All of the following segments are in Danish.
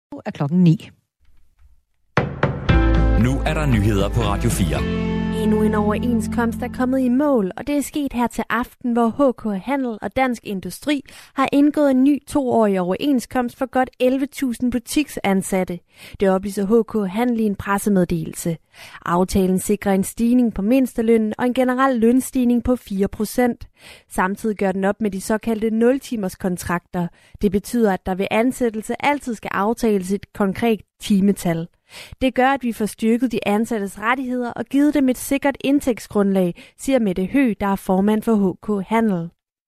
Nu er klokken 9. Nu er der nyheder på Radio 4. Endnu en overenskomst er kommet i mål, og det er sket her til aften, hvor HK Handel og Dansk Industri har indgået en ny 2-årig overenskomst for godt 11.000 butiksansatte. Det oplyser HK Handel i en pressemeddelelse. Aftalen sikrer en stigning på mindstelønnen og en generel lønstigning på 4%. Samtidig gør den op med de såkaldte 0-timers kontrakter. Det betyder, at der ved ansættelse altid skal aftales et konkret timetal. Det gør, at vi får styrket de ansattes rettigheder og givet dem et sikkert indtægtsgrundlag, siger Mette Høgh, der er formand for HK Handel.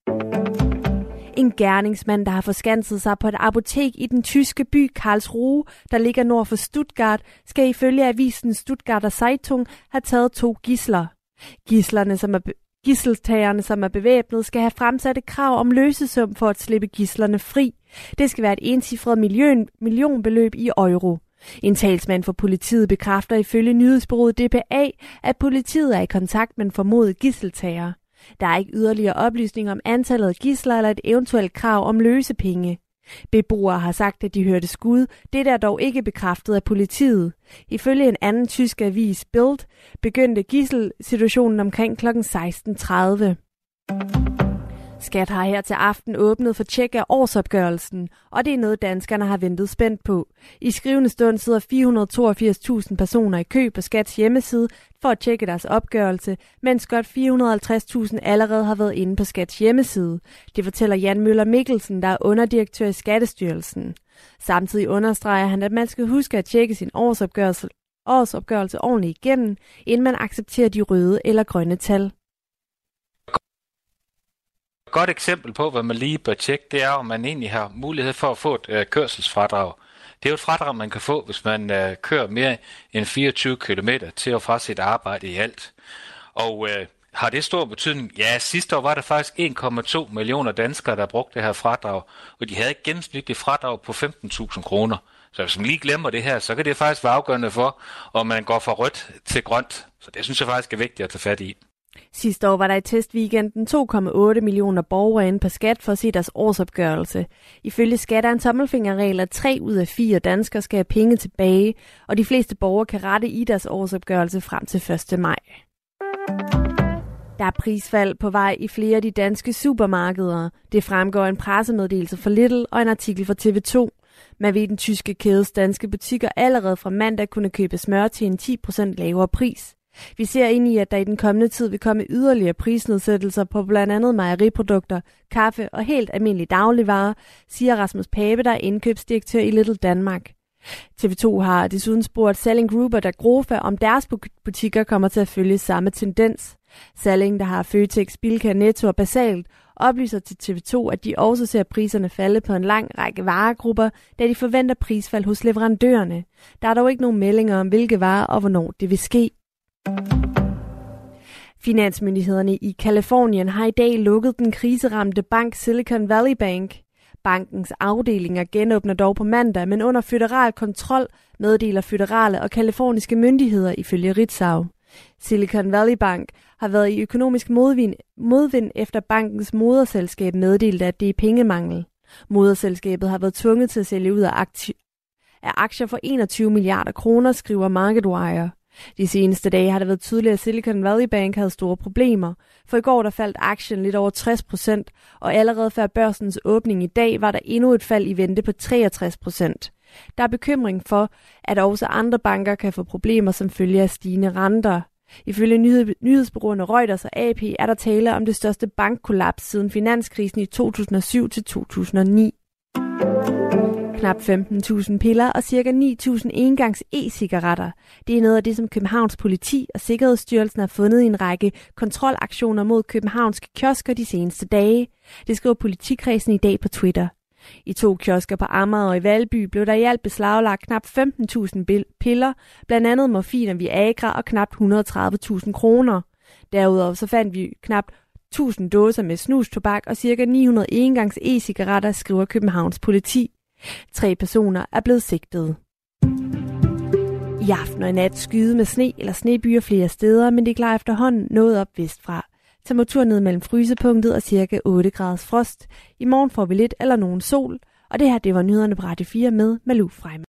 En gerningsmand, der har forskanset sig på et apotek i den tyske by Karlsruhe, der ligger nord for Stuttgart, skal ifølge avisen Stuttgarter Zeitung have taget 2 gidsler. Gidseltagerne, som er bevæbnet, skal have fremsat et krav om løsesum for at slippe gidslerne fri. Det skal være et encifret millionbeløb i euro. En talsmand for politiet bekræfter ifølge nyhedsbureauet DPA, at politiet er i kontakt med en formodet gidseltager. Der er ikke yderligere oplysninger om antallet af gidsler eller et eventuelt krav om løsepenge. Beboere har sagt, at de hørte skud. Det er dog ikke bekræftet af politiet. Ifølge en anden tysk avis, Bild, begyndte gidselsituationen omkring kl. 16:30. Skat har her til aften åbnet for tjek af årsopgørelsen, og det er noget, danskerne har ventet spændt på. I skrivende stund sidder 482.000 personer i kø på Skats hjemmeside for at tjekke deres opgørelse, mens godt 450.000 allerede har været inde på Skats hjemmeside. Det fortæller Jan Møller Mikkelsen, der er underdirektør i Skattestyrelsen. Samtidig understreger han, at man skal huske at tjekke sin årsopgørelse ordentligt igennem, inden man accepterer de røde eller grønne tal. Et godt eksempel på, hvad man lige bør tjekke, det er, om man egentlig har mulighed for at få et kørselsfradrag. Det er jo et fradrag, man kan få, hvis man kører mere end 24 km til og fra sit arbejde i alt. Og har det stor betydning? Ja, sidste år var der faktisk 1,2 millioner danskere, der brugte det her fradrag, og de havde et gennemsnitligt fradrag på 15.000 kroner. Så hvis man lige glemmer det her, så kan det faktisk være afgørende for, om man går fra rødt til grønt. Så det synes jeg faktisk er vigtigt at tage fat i. Sidste år var der i testweekenden 2,8 millioner borgere inde på Skat for at se deres årsopgørelse. Ifølge Skat er en tommelfingerregel, at 3 ud af 4 danskere skal have penge tilbage, og de fleste borgere kan rette i deres årsopgørelse frem til 1. maj. Der er prisfald på vej i flere af de danske supermarkeder. Det fremgår en pressemeddelelse fra Lidl og en artikel fra TV2. Man ved den tyske kædes danske butikker allerede fra mandag kunne købe smør til en 10% lavere pris. Vi ser ind i, at der i den kommende tid vil komme yderligere prisnedsættelser på blandt andet mejeriprodukter, kaffe og helt almindelige dagligvarer, siger Rasmus Pape, der er indkøbsdirektør i Lidl Danmark. TV2 har desuden spurgt Salling Group og Dagrofa, om deres butikker kommer til at følge samme tendens. Salling, der har Føtex, Bilka, Netto og Basalt, oplyser til TV2, at de også ser priserne falde på en lang række varegrupper, da de forventer prisfald hos leverandørerne. Der er dog ikke nogen meldinger om, hvilke varer og hvornår det vil ske. Finansmyndighederne i Californien har i dag lukket den kriseramte bank Silicon Valley Bank. Bankens afdelinger genåbner dog på mandag, men under føderal kontrol, meddeler føderale og kaliforniske myndigheder ifølge Ritzau. Silicon Valley Bank har været i økonomisk modvind efter bankens moderselskab meddelte, at det er pengemangel. Moderselskabet har været tvunget til at sælge ud af aktier for 21 milliarder kroner, skriver MarketWire. De seneste dage har det været tydeligt, at Silicon Valley Bank havde store problemer. For i går der faldt aktien lidt over 60%, og allerede før børsens åbning i dag var der endnu et fald i vente på 63%. Der er bekymring for, at også andre banker kan få problemer som følge af stigende renter. Ifølge nyhedsbureauerne Reuters og AP er der tale om det største bankkollaps siden finanskrisen i 2007 til 2009. Knap 15.000 piller og ca. 9.000 engangs e-cigaretter. Det er noget af det, som Københavns Politi og Sikkerhedsstyrelsen har fundet i en række kontrolaktioner mod københavnske kiosker de seneste dage. Det skriver politikredsen i dag på Twitter. I 2 kiosker på Amager og i Valby blev der i alt beslaglagt knap 15.000 piller, blandt andet morfin og Viagra og knap 130.000 kroner. Derudover så fandt vi knap 1.000 dåser med snustobak og ca. 900 engangs e-cigaretter, skriver Københavns Politi. 3 personer er blevet sigtet. I aften og i nat skyde med sne eller snebyer flere steder, men det klarer efterhånden noget op vestfra. Temperatur ned mellem frysepunktet og ca. 8 graders frost. I morgen får vi lidt eller nogen sol, og det her det var nyhederne på Radio 4 med Malou Freim.